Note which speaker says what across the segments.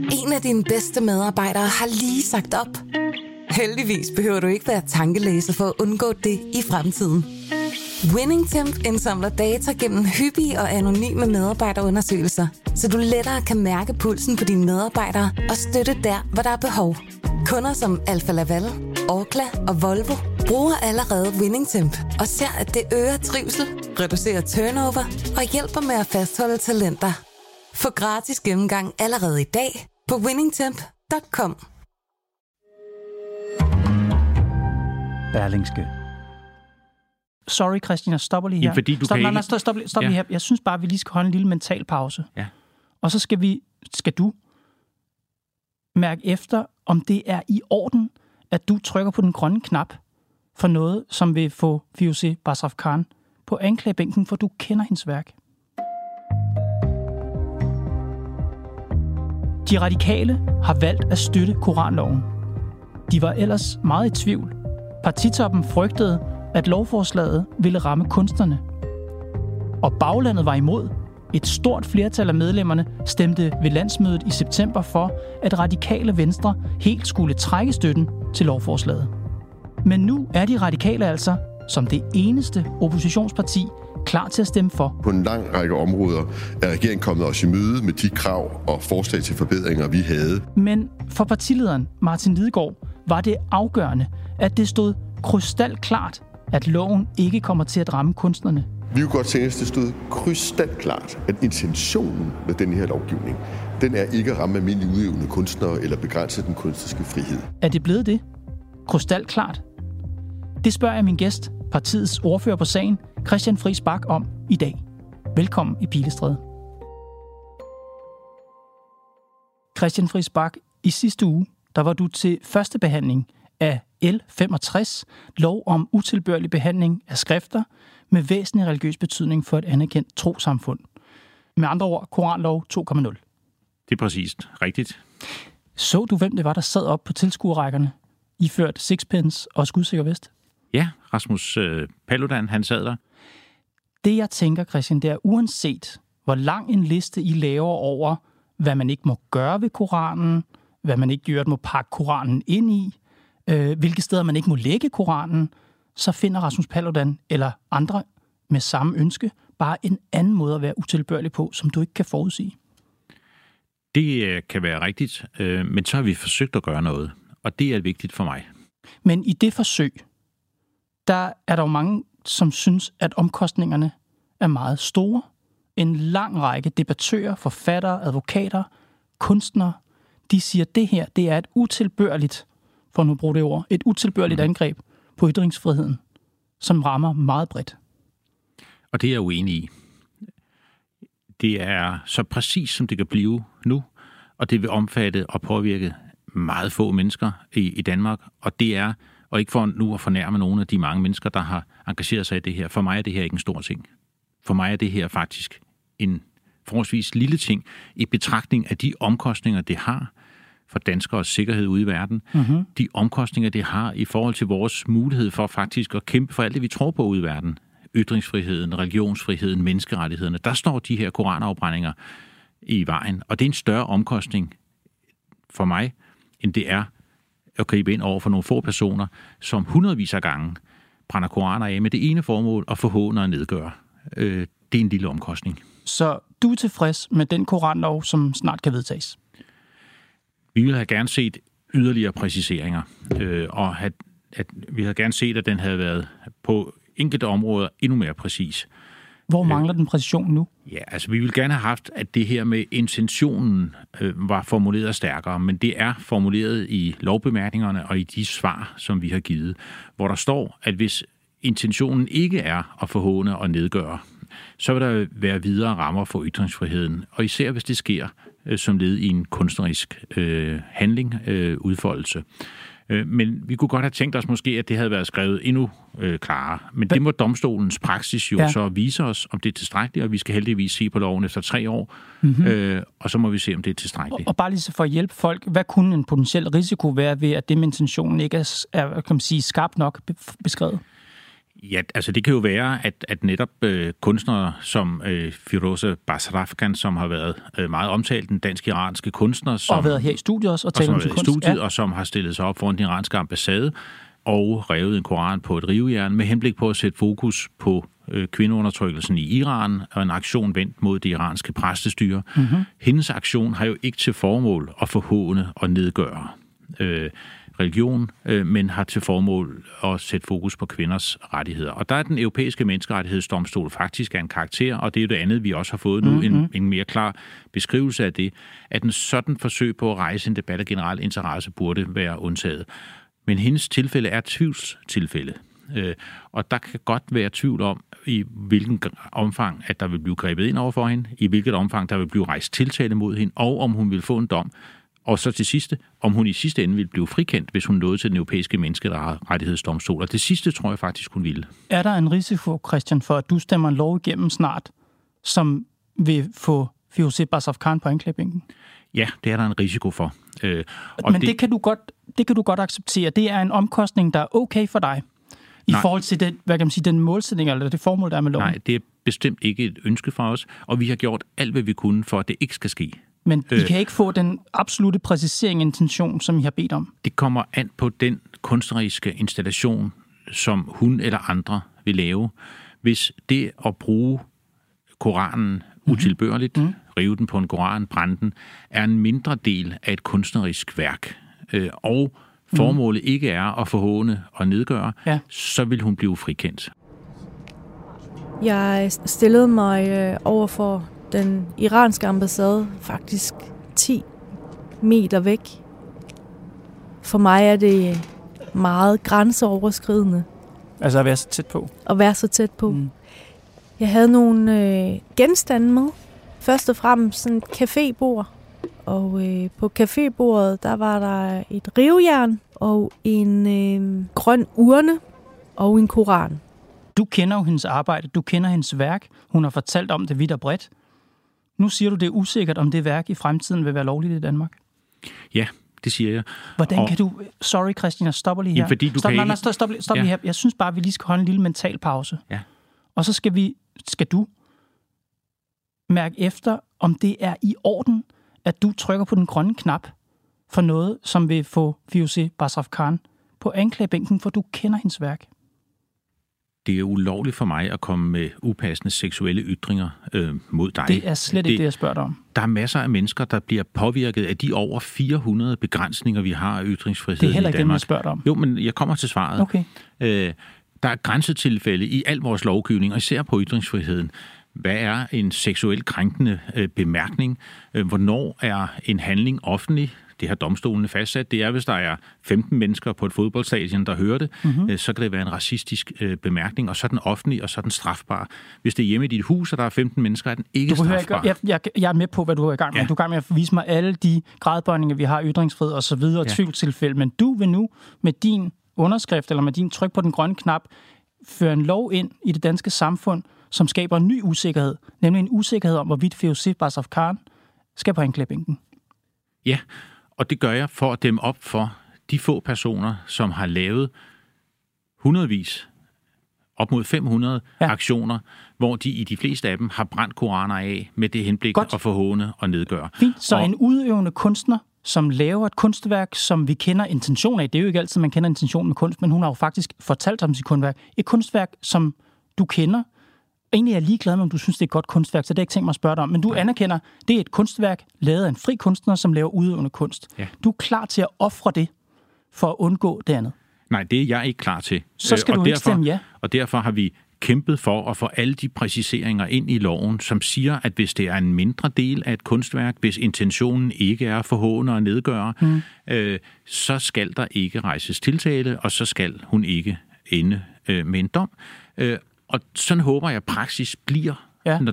Speaker 1: En af dine bedste medarbejdere har lige sagt op. Heldigvis behøver du ikke være tankelæser for at undgå det i fremtiden. WinningTemp indsamler data gennem hyppige og anonyme medarbejderundersøgelser, så du lettere kan mærke pulsen på dine medarbejdere og støtte der, hvor der er behov. Kunder som Alfa Laval, Orkla og Volvo bruger allerede WinningTemp og ser, at det øger trivsel, reducerer turnover og hjælper med at fastholde talenter. Få gratis gennemgang allerede i dag på winningtemp.com.
Speaker 2: Berlingske. Sorry, Christian, jeg stopper lige her.
Speaker 3: Ja, fordi du
Speaker 2: Stop lige her. Jeg synes bare, vi lige skal holde en lille mental pause.
Speaker 3: Ja.
Speaker 2: Og så skal du mærke efter, om det er i orden, at du trykker på den grønne knap for noget, som vil få Firouzeh Bazrafkan på anklagebænken, for du kender hendes værk. De radikale har valgt at støtte koranloven. De var ellers meget i tvivl. Partitoppen frygtede, at lovforslaget ville ramme kunstnerne. Og baglandet var imod. Et stort flertal af medlemmerne stemte ved landsmødet i september for, at Radikale Venstre helt skulle trække støtten til lovforslaget. Men nu er de radikale altså, som det eneste oppositionsparti, klar til at stemme for.
Speaker 4: På en lang række områder er regeringen kommet os i møde med de krav og forslag til forbedringer, vi havde.
Speaker 2: Men for partilederen Martin Lidegaard var det afgørende, at det stod krystalklart, at loven ikke kommer til at ramme kunstnerne.
Speaker 4: Vi kunne godt tænke os, det stod krystalklart, at intentionen med den her lovgivning, den er ikke at ramme almindelige udøvende kunstnere eller begrænse den kunstneriske frihed.
Speaker 2: Er det blevet det? Krystalklart? Det spørger jeg min gæst, partiets ordfører på sagen, Christian Friis Bach, om i dag. Velkommen i Pilestræde. Christian Friis Bach, i sidste uge, der var du til første behandling af L65, lov om utilbørlig behandling af skrifter med væsentlig religiøs betydning for et anerkendt trossamfund. Med andre ord, Koranlov 2.0.
Speaker 3: Det er præcist rigtigt.
Speaker 2: Så du, hvem det var, der sad op på tilskuerrækkerne, iført sixpence og skudsikker vest?
Speaker 3: Ja, Rasmus Paludan, han sad der.
Speaker 2: Det, jeg tænker, Christian, det er uanset, hvor lang en liste I laver over, hvad man ikke må gøre ved Koranen, hvad man ikke må pakke Koranen ind i, hvilke steder man ikke må lægge Koranen, så finder Rasmus Paludan eller andre med samme ønske bare en anden måde at være utilbørlig på, som du ikke kan forudsige.
Speaker 3: Det kan være rigtigt, men så har vi forsøgt at gøre noget, og det er vigtigt for mig.
Speaker 2: Men i det forsøg, der er der jo mange, som synes, at omkostningerne er meget store. En lang række debattører, forfattere, advokater, kunstnere, de siger, at det her, det er et utilbørligt, for nu at bruge det ord, et utilbørligt angreb på ytringsfriheden, som rammer meget bredt.
Speaker 3: Og det er jeg uenig i. Det er så præcis, som det kan blive nu, og det vil omfatte og påvirke meget få mennesker i Danmark, og det er, og ikke for nu at fornærme nogle af de mange mennesker, der har engageret sig i det her. For mig er det her ikke en stor ting. For mig er det her faktisk en forholdsvis lille ting i betragtning af de omkostninger, det har for danskeres sikkerhed ude i verden. Mm-hmm. De omkostninger, det har i forhold til vores mulighed for faktisk at kæmpe for alt det, vi tror på ude i verden. Ytringsfriheden, religionsfriheden, menneskerettighederne. Der står de her koranafbrændinger i vejen. Og det er en større omkostning for mig, end det er at gribe ind over for nogle få personer, som hundredvis af gange brænder koraner af med det ene formål at forhåne og nedgøre. Det er en lille omkostning. Så
Speaker 2: du er tilfreds med den koranlov, som snart kan vedtages?
Speaker 3: Vi ville have gerne set yderligere præciseringer, og vi havde gerne set, at den havde været på enkelte områder endnu mere præcis.
Speaker 2: Hvor mangler den præcision nu?
Speaker 3: Ja, altså vi ville gerne have haft, at det her med intentionen var formuleret stærkere, men det er formuleret i lovbemærkningerne og i de svar, som vi har givet, hvor der står, at hvis intentionen ikke er at forhåne og nedgøre, så vil der være videre rammer for ytringsfriheden, og især hvis det sker som led i en kunstnerisk handling, udfoldelse. Men vi kunne godt have tænkt os måske, at det havde været skrevet endnu klarere. Men det må domstolens praksis jo så vise os, om det er tilstrækkeligt, og vi skal heldigvis se på loven efter 3 år, og så må vi se, om det er tilstrækkeligt.
Speaker 2: Og bare lige så for at hjælpe folk, hvad kunne en potentiel risiko være ved, at det med intentionen ikke er kan man sige, skarpt nok beskrevet?
Speaker 3: Ja, altså det kan jo være, at netop kunstnere som Firoozeh Bazrafkan, som har været meget omtalt, den dansk-iranske kunstner, som
Speaker 2: har været her i studiet også og talt om sin kunst.
Speaker 3: Studiet, og som har stillet sig op foran den iranske ambassade og revet en koran på et rivejern med henblik på at sætte fokus på kvindeundertrykkelsen i Iran og en aktion vendt mod det iranske præstestyre. Mm-hmm. Hendes aktion har jo ikke til formål at forhåne og nedgøre religion, men har til formål at sætte fokus på kvinders rettigheder. Og der er den europæiske menneskerettighedsdomstol faktisk en karakter, og det er jo det andet, vi også har fået nu, en mere klar beskrivelse af det, at en sådan forsøg på at rejse en debat af generel interesse burde være undtaget. Men hendes tilfælde er tvivlstilfælde. Og der kan godt være tvivl om, i hvilken omfang, at der vil blive grebet ind over for hende, i hvilket omfang, der vil blive rejst tiltale mod hende, og om hun vil få en dom. Og så til sidste, om hun i sidste ende vil blive frikendt, hvis hun nåede til den europæiske menneskerettighedsdomstol. Og det sidste tror jeg faktisk, hun ville. Er der en risiko, Christian, for at du stemmer en lov igennem snart, som vil få Firoozeh Bazrafkan på anklagebænken? Ja, det er der en risiko for. Men det kan du godt acceptere. Det er en omkostning, der er okay for dig i forhold til det, hvad kan man sige, den målsætning eller det formål, der er med loven. Nej, det er bestemt ikke et ønske for os, og vi har gjort alt, hvad vi kunne for, at det ikke skal ske. Men I kan ikke få den absolute præcisering og intention, som I har bedt om? Det kommer an på den kunstneriske installation, som hun eller andre vil lave. Hvis det at bruge Koranen utilbørligt, rive den på en koran, brænde den, er en mindre del af et kunstnerisk værk, og formålet ikke er at forhåne og nedgøre, så vil hun blive frikendt.
Speaker 5: Jeg stillede mig over for den iranske ambassade faktisk 10 meter væk. For mig er det meget grænseoverskridende. Altså
Speaker 2: at være så tæt på?
Speaker 5: At være så tæt på. Jeg havde nogle genstande med. Først og fremmest sådan et cafébord. Og på cafébordet, der var der et rivejern og en grøn urne og en koran.
Speaker 2: Du kender jo hendes arbejde, du kender hendes værk. Hun har fortalt om det vidt og bredt. Nu siger du, det er usikkert, om det værk i fremtiden vil være lovligt i Danmark. Ja, det siger jeg. Hvordan kan du... Sorry, Christian, jeg stopper lige her. Fordi du stop lige her. Jeg synes bare, at vi lige skal holde en lille mental pause. Ja. Og så skal du mærke efter, om det er i orden, at du trykker på den grønne knap for noget, som vil få Firoozeh Bazrafkan på anklagebænken, for du kender hendes værk. Det er ulovligt for mig at komme med upassende seksuelle ytringer mod dig. Det er slet ikke det, jeg spørger dig om. Der er masser af mennesker, der bliver påvirket af de over 400 begrænsninger, vi har af ytringsfrihed i Danmark. Det er heller ikke det, jeg spørger dig om. Jo, men jeg kommer til svaret. Okay. Der er grænsetilfælde i al vores lovgivning, og især på ytringsfriheden. Hvad er en seksuelt krænkende bemærkning? Hvornår er en handling offentlig? Det har domstolene fastsat. Det er, hvis der er 15 mennesker på et fodboldstadion, der hører det, så kan det være en racistisk bemærkning, og så er den offentlig, og så er den strafbar. Hvis det er hjemme i dit hus, og der er 15 mennesker, er den ikke strafbar. Jeg er med på, hvad du er i gang med. Ja. Du er i gang med at vise mig alle de gradbøjninger, vi har, ytringsfrihed og så videre, tvivlstilfælde. Men du vil nu med din underskrift, eller med din tryk på den grønne knap, føre en lov ind i det danske samfund, som skaber en ny usikkerhed, nemlig en usikkerhed om, hvorvidt Firoozeh Bazrafkan skal på anklagebænken. Ja, og det gør jeg for at dæmme op for de få personer, som har lavet hundredvis, op mod 500 aktioner, hvor de i de fleste af dem har brændt koraner af med det henblik at forhåne og nedgøre. Fint. Så en udøvende kunstner, som laver et kunstværk, som vi kender intention af. Det er jo ikke altid, man kender intention med kunst, men hun har jo faktisk fortalt om sit kunstværk. Et kunstværk, som du kender. Egentlig er jeg ligeglad med, om du synes, det er et godt kunstværk, så det er ikke tænkt mig at spørge dig om. Men du anerkender, det er et kunstværk lavet af en fri kunstner, som laver udøvende kunst. Ja. Du er klar til at ofre det for at undgå det andet. Nej, det er jeg ikke klar til. Så skal du ikke stemme ja. Og derfor har vi kæmpet for at få alle de præciseringer ind i loven, som siger, at hvis det er en mindre del af et kunstværk, hvis intentionen ikke er at forhåne og nedgøre, så skal der ikke rejses tiltale, og så skal hun ikke ende med en dom. Og sådan håber jeg, at praksis bliver,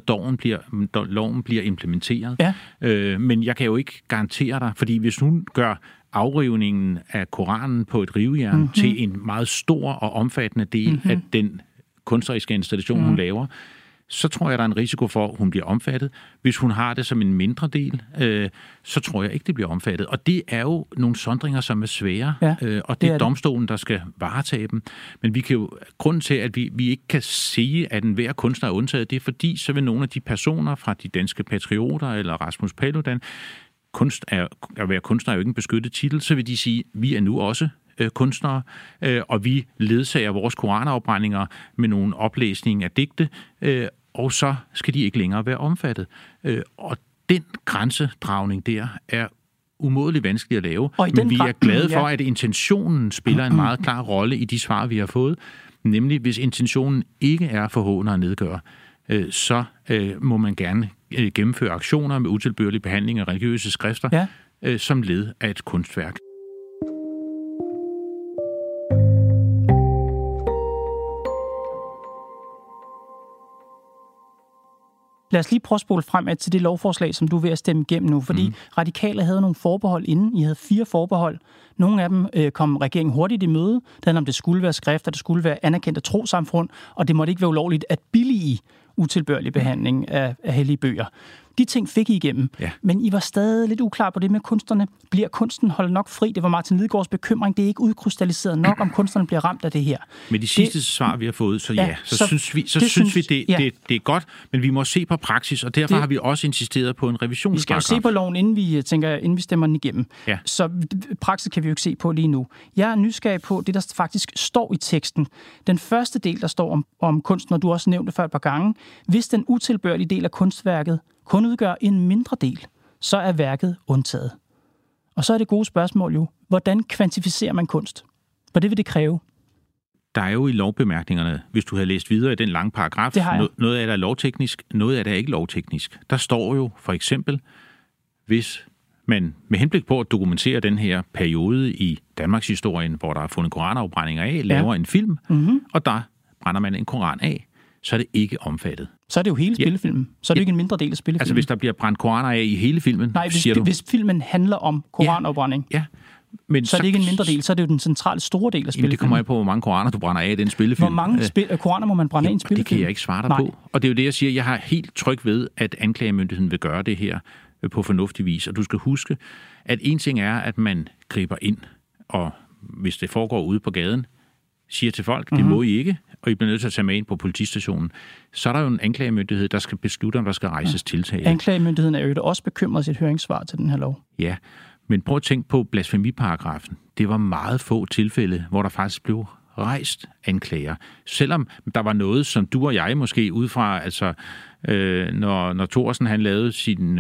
Speaker 2: når loven bliver implementeret. Ja. Men jeg kan jo ikke garantere dig, fordi hvis hun gør afrivningen af Koranen på et rivejern til en meget stor og omfattende del af den kunstneriske installation, hun laver,
Speaker 3: så tror jeg, der er en risiko for, at hun bliver omfattet. Hvis hun har det som en mindre del, så tror jeg ikke, det bliver omfattet. Og det er jo nogle sondringer, som er svære, og det er domstolen, der skal varetage dem. Men vi kan jo, grunden til, at vi ikke kan sige, at enhver kunstner er undtaget, det er fordi, så vil nogle af de personer fra de danske patrioter eller Rasmus Paludan, at være kunstner er jo ikke en beskyttet titel, så vil de sige, vi er nu også kunstnere, og vi ledsager vores koranafbrændinger med nogle oplæsning af digte, og så skal de ikke længere være omfattet. Og den grænsedragning der er umådeligt vanskelig at lave, men vi er glade for, at intentionen spiller en meget klar rolle i de svar, vi har fået. Nemlig, hvis intentionen ikke er at forhåne og nedgøre, så må man gerne gennemføre aktioner med utilbørlig behandling af religiøse skrifter som led af et kunstværk.
Speaker 2: Lad os lige prøve at spole fremad til det lovforslag, som du er ved at stemme igennem nu, fordi Radikale havde nogle forbehold inden. I havde 4 forbehold. Nogle af dem kom regeringen hurtigt i møde. Det handler om, det skulle være skrifter, det skulle være anerkendte trossamfund, og det måtte ikke være ulovligt at billige utilbørlig behandling af hellige bøger. De ting fik I igennem, men I var stadig lidt uklar på det med kunstnerne. Bliver kunsten holdt nok fri? Det var Martin Lidegaards bekymring. Det er ikke udkrystalliseret nok, om kunstnerne bliver ramt af det her.
Speaker 3: Med de sidste svar, vi har fået, så synes vi, det er godt, men vi må se på praksis, og derfor har vi også insisteret på en revisionsparagraf. Vi skal jo se på loven, inden vi stemmer den igennem. Ja. Så praksis kan vi jo ikke se på lige nu. Jeg er nysgerrig på det, der faktisk står i teksten. Den første del, der står om kunsten, og du også nævnte før et par gange, hvis den utilbørlige del af kunstværket kun udgør en mindre del, så er værket undtaget. Og så er det gode spørgsmål jo, hvordan kvantificerer man kunst? For det vil det kræve. Der er jo i lovbemærkningerne, hvis du har læst videre i den lange paragraf, noget af det er lovteknisk, noget af det er ikke lovteknisk. Der står jo for eksempel, hvis man med henblik på at dokumentere den her periode i Danmarks historien, hvor der er fundet koranafbrændinger af, laver en film, og der brænder man en koran af, så er det ikke omfattet.
Speaker 2: Så er det jo hele spillefilmen. Så er det ikke en mindre del af spillefilmen.
Speaker 3: Altså hvis der bliver brændt koraner af i hele filmen,
Speaker 2: hvis filmen handler om koranafbrænding, men så er det ikke en mindre del, så er det jo den centrale store del af spillefilmen.
Speaker 3: Det kommer af på, hvor mange koraner du brænder af i den spillefilm.
Speaker 2: Hvor mange koraner må man brænde af i en spillefilm?
Speaker 3: Det kan jeg ikke svare dig på. Og det er jo det, jeg siger. Jeg har helt tryg ved, at anklagemyndigheden vil gøre det her på fornuftig vis. Og du skal huske, at en ting er, at man griber ind, og hvis det foregår ude på gaden, siger til folk, det må I ikke, og I bliver nødt til at tage med ind på politistationen, så er der jo en anklagemyndighed, der skal beslutte, om der skal rejses tiltale.
Speaker 2: Anklagemyndigheden er jo også bekymret sit høringssvar til den her lov.
Speaker 3: Ja, men prøv at tænke på blasfemiparagrafen. Det var meget få tilfælde, hvor der faktisk blev rejst anklager. Selvom der var noget, som du og jeg måske ud fra, altså når Thorsen han lavede sin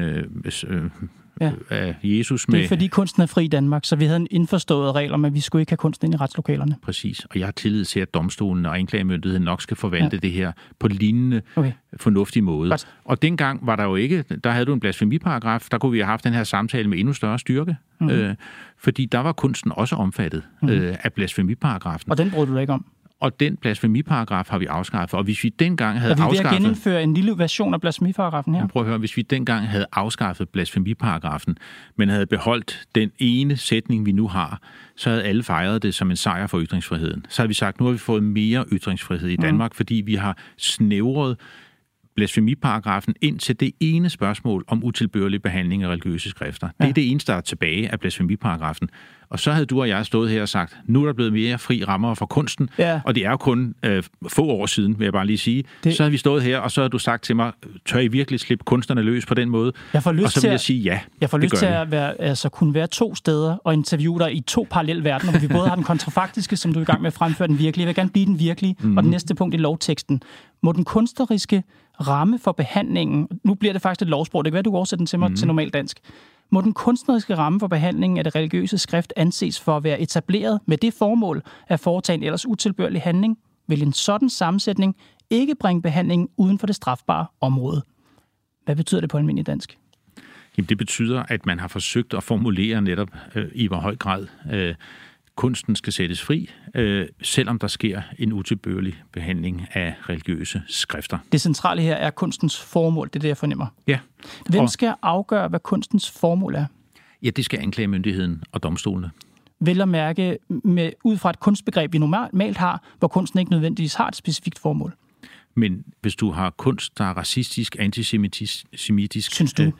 Speaker 3: af Jesus med...
Speaker 2: Det er fordi kunsten er fri i Danmark, så vi havde en indforstået regel om, at vi skulle ikke have kunsten ind i retslokalerne.
Speaker 3: Præcis, og jeg har tillid til, at domstolen og anklagemyndigheden nok skal forvalte det her på lignende fornuftig måde. Godt. Og dengang var der jo ikke... Der havde du en blasfemiparagraf, der kunne vi have haft den her samtale med endnu større styrke, fordi der var kunsten også omfattet af blasfemiparagrafen.
Speaker 2: Og den brød du ikke om?
Speaker 3: Og den blasfemiparagraf har vi afskaffet. Og hvis vi dengang havde afskaffet...
Speaker 2: Og vi vil genindføre en lille version af blasfemiparagrafen her.
Speaker 3: Prøv at høre, hvis vi dengang havde afskaffet blasfemiparagrafen, men havde beholdt den ene sætning, vi nu har, så havde alle fejret det som en sejr for ytringsfriheden. Så havde vi sagt, nu har vi fået mere ytringsfrihed i Danmark, fordi vi har snævret blasfemiparagrafen ind til det ene spørgsmål om utilbørlig behandling af religiøse skrifter. Det er det eneste, der er tilbage af blasfemiparagrafen. Og så havde du og jeg stået her og sagt, nu er der blevet mere fri rammer for kunsten, og det er jo kun få år siden, vil jeg bare lige sige. Så havde vi stået her, og så havde du sagt til mig, tør I virkelig slippe kunstnerne løs på den måde? Og så vil jeg sige ja.
Speaker 2: Jeg får lyst til at kunne være 2 steder og interviewe dig i 2 parallelle verdener, hvor vi både har den kontrafaktiske, som du er i gang med at fremføre den virkelige. Jeg vil gerne blive den virkelige, og den næste punkt i lovteksten. Må den kunstneriske ramme for behandlingen, nu bliver det faktisk et lovsprog, det kan være, du oversætter den til mig til normal dansk. Må den kunstneriske ramme for behandlingen af det religiøse skrift anses for at være etableret med det formål at foretage en ellers utilbørlig handling, vil en sådan sammensætning ikke bringe behandlingen uden for det strafbare område. Hvad betyder det på almindelig dansk?
Speaker 3: Jamen, det betyder, at man har forsøgt at formulere netop i hvor høj grad kunsten skal sættes fri, selvom der sker en utilbørlig behandling af religiøse skrifter.
Speaker 2: Det centrale her er kunstens formål, det er det, jeg fornemmer.
Speaker 3: Ja.
Speaker 2: Hvem skal afgøre, hvad kunstens formål er?
Speaker 3: Ja, det skal anklagemyndigheden og domstolene.
Speaker 2: Vel at mærke ud fra et kunstbegreb, vi normalt har, hvor kunsten ikke nødvendigvis har et specifikt formål.
Speaker 3: Men hvis du har kunst, der er racistisk, antisemitisk,
Speaker 2: synes du?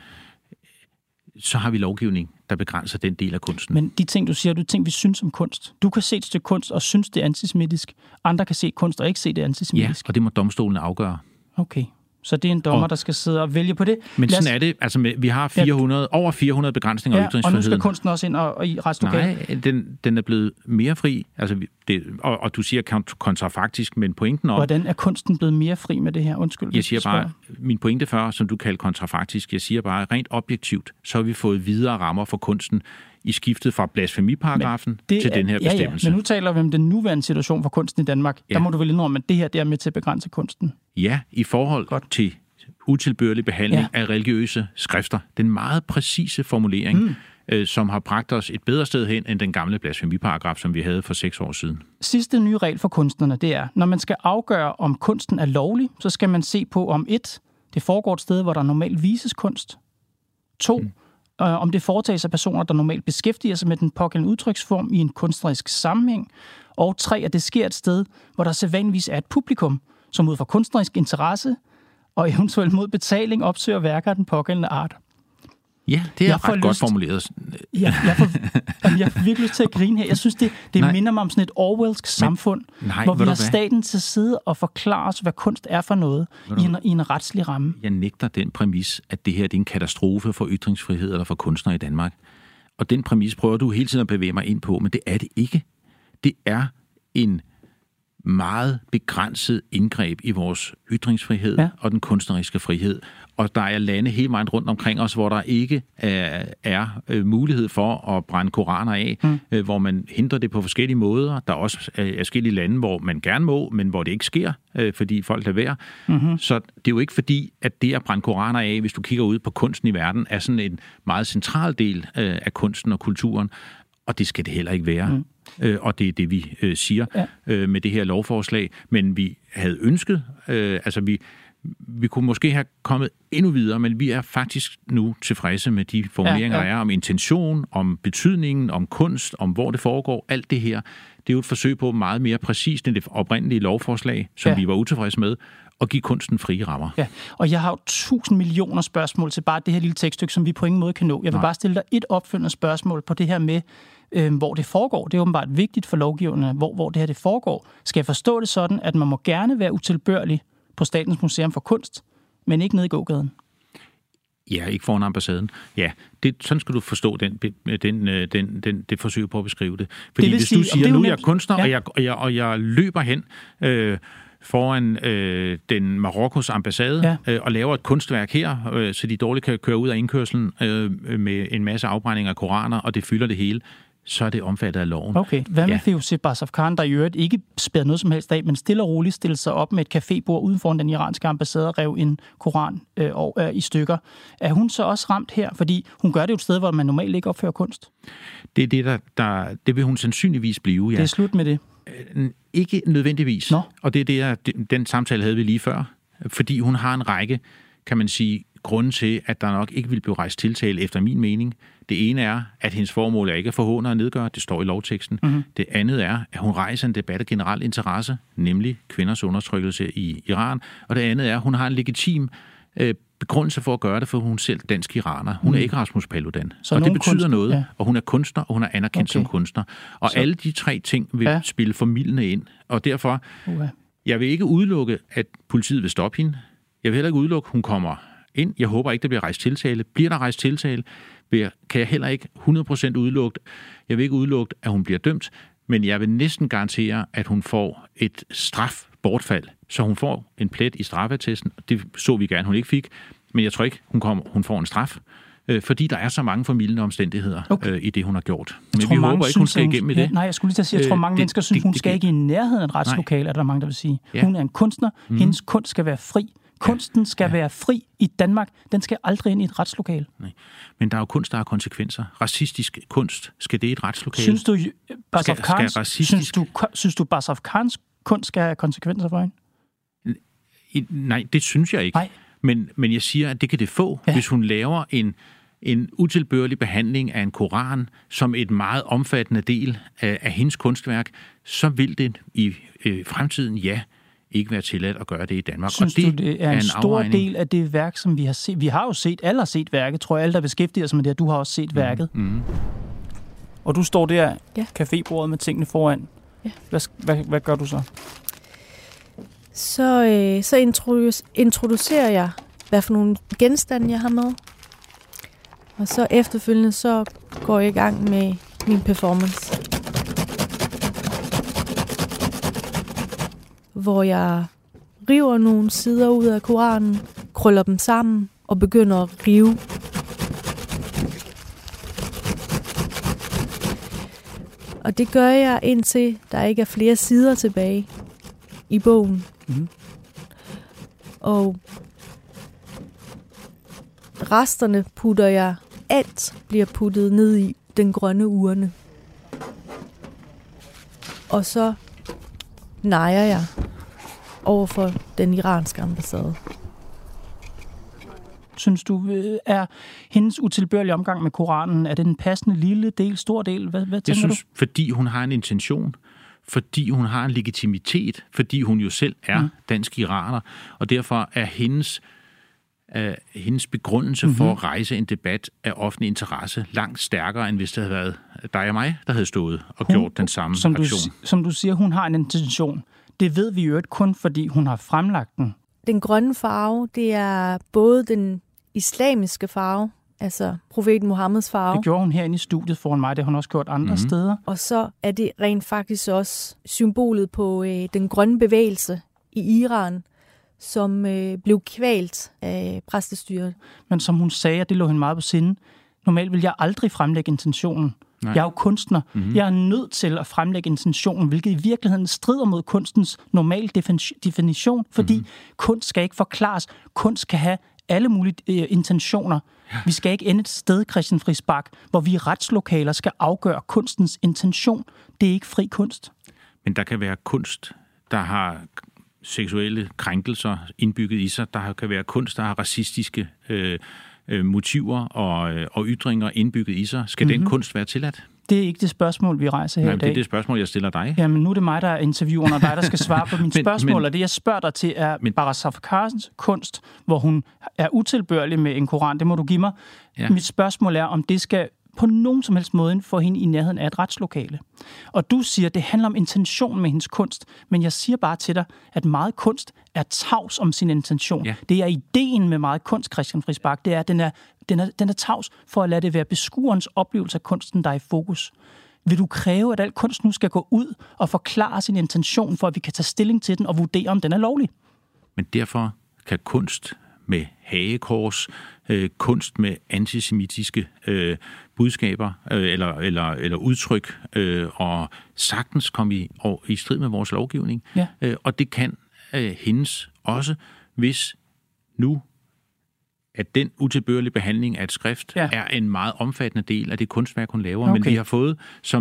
Speaker 3: Så har vi lovgivning, der begrænser den del af kunsten.
Speaker 2: Men de ting, du siger, det er ting, vi synes om kunst. Du kan se et stykke kunst og synes, det er antisemitisk. Andre kan se kunst og ikke se, det er antisemitisk.
Speaker 3: Ja, og det må domstolen afgøre.
Speaker 2: Okay. Så det er en dommer, der skal sidde og vælge på det.
Speaker 3: Men sådan er det. Altså, vi har over 400 begrænsninger af ytringsfriheden.
Speaker 2: Og nu skal kunsten også ind og i retslokalet.
Speaker 3: Nej, den er blevet mere fri. Altså, og du siger kontrafaktisk, men pointen om...
Speaker 2: Hvordan er kunsten blevet mere fri med det her? Undskyld.
Speaker 3: Jeg siger bare, min pointe før, som du kalder kontrafaktisk, jeg siger bare, rent objektivt, så har vi fået videre rammer for kunsten i skiftet fra blasfemiparagrafen til den her bestemmelse.
Speaker 2: Men nu taler vi om den nuværende situation for kunsten i Danmark. Ja. Der må du vel indrømme, at det her er med til at begrænse kunsten.
Speaker 3: Ja, i forhold til utilbørlig behandling af religiøse skrifter. Den meget præcise formulering, som har bragt os et bedre sted hen end den gamle blasfemiparagraf, som vi havde for 6 år siden. Sidste
Speaker 2: nye regel for kunstnerne, det er, når man skal afgøre, om kunsten er lovlig, så skal man se på, om 1, det foregår et sted, hvor der normalt vises kunst. 2, om det foretages af personer, der normalt beskæftiger sig med den pågældende udtryksform i en kunstnerisk sammenhæng. Og 3, at det sker et sted, hvor der sædvanligvis er et publikum, som ud fra kunstnerisk interesse og eventuelt mod betaling opsøger værker af den pågældende art.
Speaker 3: Ja, det er ret godt formuleret.
Speaker 2: Jeg får virkelig lyst til at grine her. Jeg synes, det minder mig om sådan et orwellsk samfund, hvor vi har staten til side og forklare os, hvad kunst er for noget i en retslig ramme.
Speaker 3: Jeg nægter den præmis, at det her det er en katastrofe for ytringsfrihed eller for kunstnere i Danmark. Og den præmis prøver du hele tiden at bevæge mig ind på, men det er det ikke. Det er en meget begrænset indgreb i vores ytringsfrihed og den kunstneriske frihed. Og der er lande hele vejen rundt omkring os, hvor der ikke er mulighed for at brænde koraner af, hvor man hindrer det på forskellige måder. Der er også forskellige lande, hvor man gerne må, men hvor det ikke sker, fordi folk lader være. Så det er jo ikke fordi, at det at brænde koraner af, hvis du kigger ud på kunsten i verden, er sådan en meget central del af kunsten og kulturen. Og det skal det heller ikke være. Og det er det, vi siger med det her lovforslag. Men vi havde ønsket, vi kunne måske have kommet endnu videre, men vi er faktisk nu tilfredse med de formuleringer, der er om intention, om betydningen, om kunst, om hvor det foregår. Alt det her, det er jo et forsøg på meget mere præcist end det oprindelige lovforslag, som vi var utilfredse med, at give kunsten frie rammer.
Speaker 2: Ja, og jeg har jo 1000 millioner spørgsmål til bare det her lille tekststykke, som vi på ingen måde kan nå. Jeg vil bare stille dig et opfølgende spørgsmål på det her med, hvor det foregår. Det er åbenbart vigtigt for lovgiverne, hvor det her det foregår. Skal jeg forstå det sådan, at man må gerne være utilbørlig på Statens Museum for Kunst, men ikke nede i gågaden?
Speaker 3: Ja, ikke foran ambassaden. Ja, sådan skal du forstå det forsøg på at beskrive det. Fordi det hvis du siger, nu er jeg kunstner, og jeg løber hen foran den Marokkos ambassade og laver et kunstværk her, så de dårligt kan køre ud af indkørslen med en masse afbrændinger af koraner, og det fylder det hele, så er det omfattet af loven.
Speaker 2: Okay, hvad med Firouzeh Bazrafkan, der i øvrigt ikke spæder noget som helst af, men stille og roligt stiller sig op med et cafébord uden foran den iranske ambassade og rev en koran i stykker. Er hun så også ramt her? Fordi hun gør det jo et sted, hvor man normalt ikke opfører kunst.
Speaker 3: Det er det, det vil hun sandsynligvis blive, ja.
Speaker 2: Det er slut med det?
Speaker 3: Ikke nødvendigvis. Og det er den samtale havde vi lige før. Fordi hun har en række, kan man sige, grunde til, at der nok ikke vil blive rejst tiltale efter min mening. Det ene er, at hendes formål er ikke at forhåne og nedgøre. Det står i lovteksten. Det andet er, at hun rejser en debat af generel interesse, nemlig kvinders undertrykkelse i Iran. Og det andet er, at hun har en legitim begrundelse for at gøre det, for hun selv dansk iraner. Hun er ikke Rasmus Paludan. Og det betyder noget, og hun er kunstner, og hun er anerkendt som kunstner. Og alle de 3 ting vil spille formildende ind. Og derfor, jeg vil ikke udelukke, at politiet vil stoppe hende. Jeg vil heller ikke udelukke, at hun kommer ind. Jeg håber ikke, der bliver rejst tiltale. Bliver der rejst tiltale, kan jeg heller ikke 100% udelukke. Jeg vil ikke udelukke, at hun bliver dømt, men jeg vil næsten garantere, at hun får et strafbortfald, så hun får en plet i straffeattesten. Det så vi gerne, hun ikke fik, men jeg tror ikke, hun får en straf, fordi der er så mange formildende omstændigheder i det, hun har gjort. Men vi håber ikke, hun skal igennem i det.
Speaker 2: Nej, jeg skulle lige til at sige, jeg tror, mange mennesker synes, hun skal ikke i nærheden af et retslokale, er der mange, der vil sige. Hun er en kunstner, hendes kunst skal være fri. Kunsten skal være fri i Danmark. Den skal aldrig ind i et retslokale. Nej.
Speaker 3: Men der er jo kunst, der har konsekvenser. Racistisk kunst, skal det i et retslokale?
Speaker 2: Synes du, Bazrafkans kunst skal have konsekvenser for hende?
Speaker 3: Nej, det synes jeg ikke. Men jeg siger, at det kan det få, hvis hun laver en utilbørlig behandling af en koran som et meget omfattende del af hendes kunstværk, så vil det i fremtiden, ikke være tilladt at gøre det i Danmark.
Speaker 2: Synes
Speaker 3: og
Speaker 2: det er en stor del af det værk, som vi har set? Vi har jo set, alle har set værket, tror jeg, alle der beskæftiger sig med det, du har også set værket. Og du står der cafébordet med tingene foran. Ja. Hvad gør du så?
Speaker 5: Så introducerer jeg, hvad for nogle genstande jeg har med. Og så efterfølgende, så går jeg i gang med min performance. Hvor jeg river nogle sider ud af Koranen, krøller dem sammen og begynder at rive. Og det gør jeg indtil der ikke er flere sider tilbage i bogen. Mm-hmm. Og resterne putter jeg, alt bliver puttet ned i den grønne urne. Og så nejer jeg over for den iranske ambassade.
Speaker 2: Synes du, er hendes utilbørlige omgang med Koranen, er det en passende lille del, stor del? Hvad tænker du? Jeg synes,
Speaker 3: fordi hun har en intention, fordi hun har en legitimitet, fordi hun jo selv er dansk iraner, og derfor er hendes begrundelse for at rejse en debat af offentlig interesse langt stærkere, end hvis det havde været dig og mig, der havde stået og gjort den samme aktion.
Speaker 2: Som du siger, hun har en intention. Det ved vi jo ikke kun, fordi hun har fremlagt den.
Speaker 5: Den grønne farve, det er både den islamiske farve, altså profeten Muhammeds farve.
Speaker 2: Det gjorde hun herinde i studiet foran mig, det har hun også gjort andre steder.
Speaker 5: Og så er det rent faktisk også symbolet på den grønne bevægelse i Iran, som blev kvalt af præstestyret.
Speaker 2: Men som hun sagde, at det lå hende meget på sinde. Normalt vil jeg aldrig fremlægge intentionen. Nej. Jeg er jo kunstner. Mm-hmm. Jeg er nødt til at fremlægge intentionen, hvilket i virkeligheden strider mod kunstens normale definition, fordi kunst skal ikke forklares. Kunst skal have alle mulige intentioner. Ja. Vi skal ikke ende et sted, Christian Friis Bach, hvor vi i retslokaler skal afgøre kunstens intention. Det er ikke fri kunst.
Speaker 3: Men der kan være kunst, der har seksuelle krænkelser indbygget i sig. Der kan være kunst, der har racistiske motiver og ytringer indbygget i sig. Skal den kunst være tilladt?
Speaker 2: Det er ikke det spørgsmål, vi rejser her i dag.
Speaker 3: Det er det spørgsmål, jeg stiller dig.
Speaker 2: Jamen, nu er det mig, der er intervieweren, og dig, der skal svare på mine spørgsmål. Og det, jeg spørger dig til, er Barra Safakarens kunst, hvor hun er utilbørlig med en koran. Det må du give mig. Ja. Mit spørgsmål er, om det skal på nogen som helst måde få hende i nærheden af et retslokale. Og du siger, at det handler om intention med hendes kunst, men jeg siger bare til dig, at meget kunst er tavs om sin intention. Ja. Det er ideen med meget kunst, Christian Friis Bach, det er, at den er tavs for at lade det være beskuerens oplevelse af kunsten, der er i fokus. Vil du kræve, at al kunst nu skal gå ud og forklare sin intention, for at vi kan tage stilling til den og vurdere, om den er lovlig?
Speaker 3: Men derfor kan kunst med hagekors, kunst med antisemitiske budskaber eller udtryk, og sagtens komme i strid med vores lovgivning. Ja. Og det kan hendes også, hvis nu at den utilbørlige behandling af et skrift er en meget omfattende del af det kunstværk, hun laver. Okay. Men vi har fået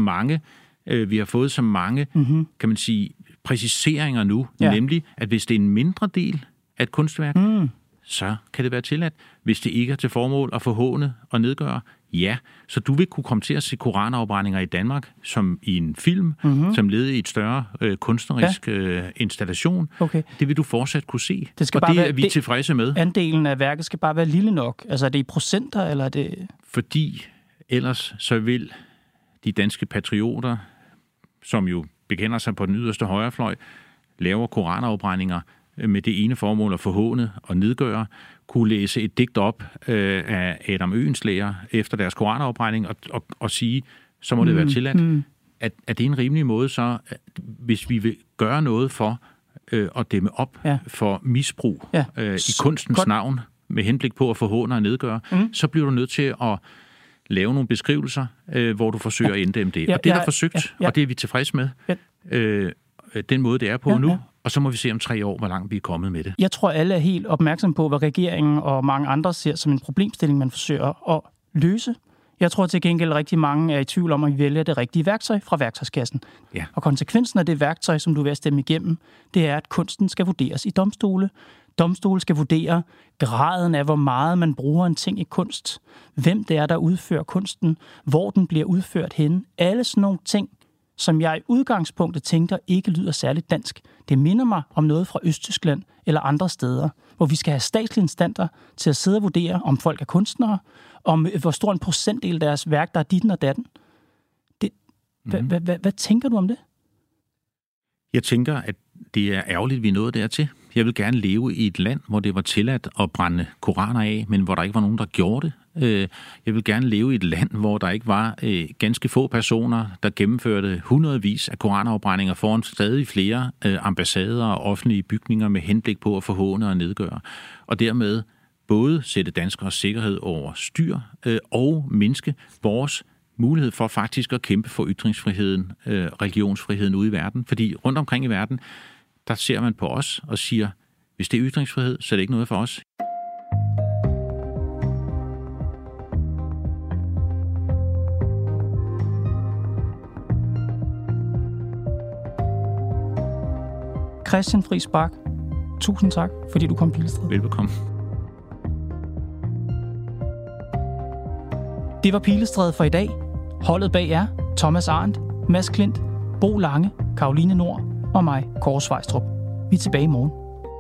Speaker 3: så mange, kan man sige, præciseringer nu, nemlig, at hvis det er en mindre del af et kunstværk, så kan det være tilladt. Hvis det ikke er til formål at forhåne og nedgøre, så du vil kunne komme til at se koranafbrændinger i Danmark, som i en film, som led i et større kunstnerisk installation. Okay. Det vil du fortsat kunne se, og det er vi tilfredse med.
Speaker 2: Andelen af værket skal bare være lille nok. Altså er det i procenter, eller er det...
Speaker 3: Fordi ellers så vil de danske patrioter, som jo bekender sig på den yderste højrefløj, laver koranafbrændinger med det ene formål at forhåne og nedgøre, kunne læse et digt op af Adam Oehlenschläger efter deres koranafbrænding og sige, så må det være tilladt. Er det en rimelig måde så, hvis vi vil gøre noget for at dæmme op for misbrug i kunstens navn, med henblik på at forhåne og nedgøre, så bliver du nødt til at lave nogle beskrivelser, hvor du forsøger at inddæmme det. Og det er der forsøgt, og det er vi tilfreds med. Den måde, det er på nu. Og så må vi se om 3 år, hvor langt vi er kommet med det.
Speaker 2: Jeg tror, alle er helt opmærksom på, hvad regeringen og mange andre ser som en problemstilling, man forsøger at løse. Jeg tror til gengæld, rigtig mange er i tvivl om, at vi vælger det rigtige værktøj fra værktøjskassen. Ja. Og konsekvensen af det værktøj, som du vil stemme igennem, det er, at kunsten skal vurderes i domstole. Domstole skal vurdere graden af, hvor meget man bruger en ting i kunst. Hvem det er, der udfører kunsten. Hvor den bliver udført henne. Alle sådan nogle ting som jeg i udgangspunktet tænker ikke lyder særligt dansk. Det minder mig om noget fra Østtyskland eller andre steder, hvor vi skal have statslige instanser til at sidde og vurdere, om folk er kunstnere, om hvor stor en procentdel af deres værk, der er ditten og datten. Hvad tænker du om det?
Speaker 3: Jeg tænker, at det er ærgerligt, at vi er nået dertil. Jeg vil gerne leve i et land, hvor det var tilladt at brænde koraner af, men hvor der ikke var nogen, der gjorde det. Jeg vil gerne leve i et land, hvor der ikke var ganske få personer, der gennemførte hundredvis af koranafbrændinger foran stadig flere ambassader og offentlige bygninger med henblik på at forhåne og nedgøre. Og dermed både sætte danskeres sikkerhed over styr og mindske vores mulighed for faktisk at kæmpe for ytringsfriheden, religionsfriheden ude i verden. Fordi rundt omkring i verden, der ser man på os og siger, hvis det er ytringsfrihed, så er det ikke noget for os.
Speaker 2: Christian Friis Bach, tusind tak, fordi du kom, Pilestræde.
Speaker 3: Velbekomme.
Speaker 2: Det var Pilestræde for i dag. Holdet bag er Thomas Arendt, Mads Klint, Bo Lange, Caroline Nord og mig, Kåre Svejstrup. Vi er tilbage i morgen.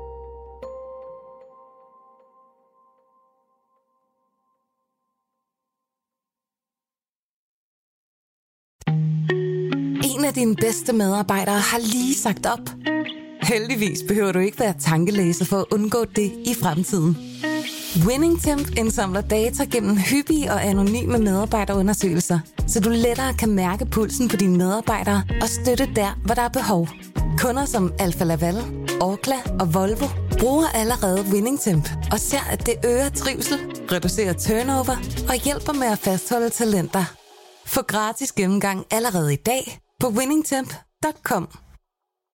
Speaker 1: En af dine bedste medarbejdere har lige sagt op. Heldigvis behøver du ikke være tankelæser for at undgå det i fremtiden. WinningTemp indsamler data gennem hyppige og anonyme medarbejderundersøgelser, så du lettere kan mærke pulsen på dine medarbejdere og støtte der, hvor der er behov. Kunder som Alfa Laval, Orkla og Volvo bruger allerede WinningTemp og ser, at det øger trivsel, reducerer turnover og hjælper med at fastholde talenter. Få gratis gennemgang allerede i dag på winningtemp.com.